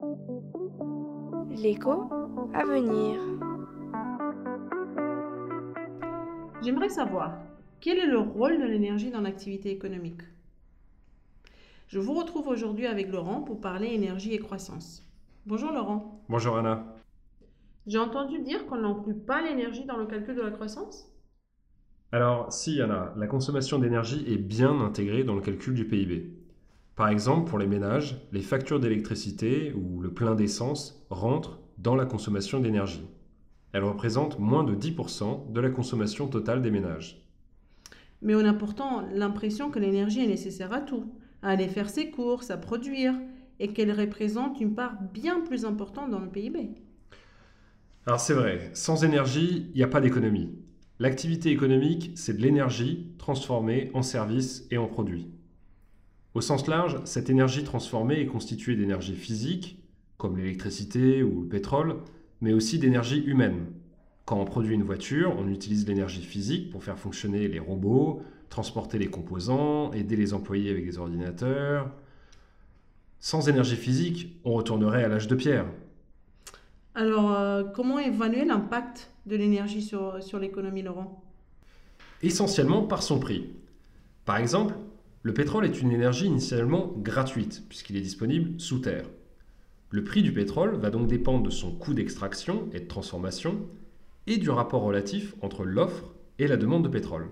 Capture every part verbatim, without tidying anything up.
L'écho à venir. J'aimerais savoir, quel est le rôle de l'énergie dans l'activité économique? Je vous retrouve aujourd'hui avec Laurent pour parler énergie et croissance. Bonjour Laurent. Bonjour Anna. J'ai entendu dire qu'on n'inclut pas l'énergie dans le calcul de la croissance? Alors, si Anna, la consommation d'énergie est bien intégrée dans le calcul du P I B. Par exemple, pour les ménages, les factures d'électricité ou le plein d'essence rentrent dans la consommation d'énergie. Elles représentent moins de dix pour cent de la consommation totale des ménages. Mais on a pourtant l'impression que l'énergie est nécessaire à tout, à aller faire ses courses, à produire, et qu'elle représente une part bien plus importante dans le P I B. Alors c'est vrai, sans énergie, il n'y a pas d'économie. L'activité économique, c'est de l'énergie transformée en services et en produits. Au sens large, cette énergie transformée est constituée d'énergie physique, comme l'électricité ou le pétrole, mais aussi d'énergie humaine. Quand on produit une voiture, on utilise l'énergie physique pour faire fonctionner les robots, transporter les composants, aider les employés avec des ordinateurs. Sans énergie physique, on retournerait à l'âge de pierre. Alors, euh, comment évaluer l'impact de l'énergie sur, sur l'économie, Laurent? Essentiellement par son prix. Par exemple, le pétrole est une énergie initialement gratuite, puisqu'il est disponible sous terre. Le prix du pétrole va donc dépendre de son coût d'extraction et de transformation, et du rapport relatif entre l'offre et la demande de pétrole.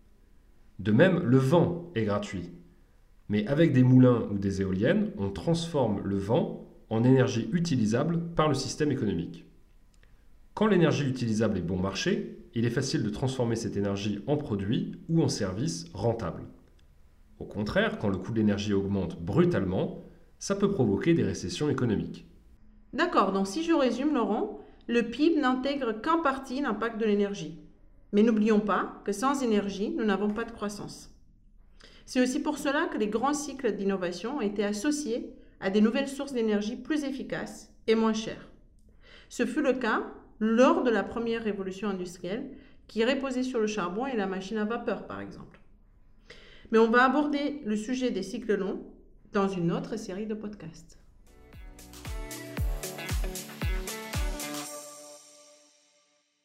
De même, le vent est gratuit. Mais avec des moulins ou des éoliennes, on transforme le vent en énergie utilisable par le système économique. Quand l'énergie utilisable est bon marché, il est facile de transformer cette énergie en produit ou en service rentable. Au contraire, quand le coût de l'énergie augmente brutalement, ça peut provoquer des récessions économiques. D'accord, donc si je résume, Laurent, le P I B n'intègre qu'en partie l'impact de l'énergie. Mais n'oublions pas que sans énergie, nous n'avons pas de croissance. C'est aussi pour cela que les grands cycles d'innovation ont été associés à des nouvelles sources d'énergie plus efficaces et moins chères. Ce fut le cas lors de la première révolution industrielle qui reposait sur le charbon et la machine à vapeur, par exemple. Mais on va aborder le sujet des cycles longs dans une autre série de podcasts.